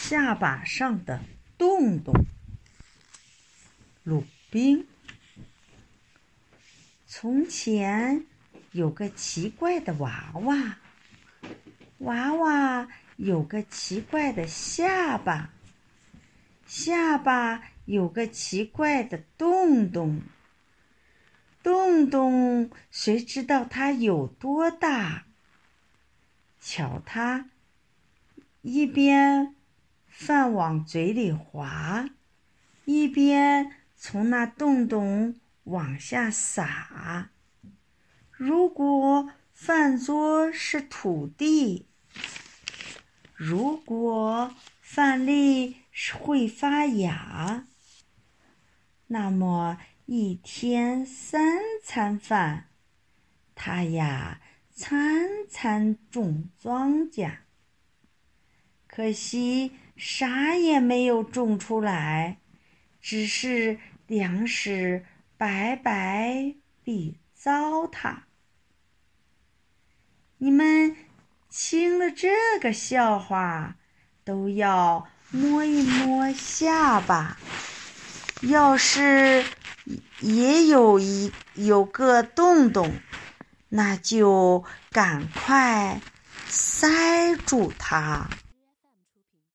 下巴上的洞洞。鲁宾。从前有个奇怪的娃娃，娃娃有个奇怪的下巴，下巴有个奇怪的洞洞，洞洞谁知道它有多大？瞧它一边饭往嘴里滑，一边从那洞洞往下撒。如果饭桌是土地，如果饭粒会发芽，那么一天3餐饭，它呀餐餐种庄稼。可惜啥也没有种出来，只是粮食白白地糟蹋。你们听了这个笑话，都要摸一摸下巴。要是也有个洞洞，那就赶快塞住它。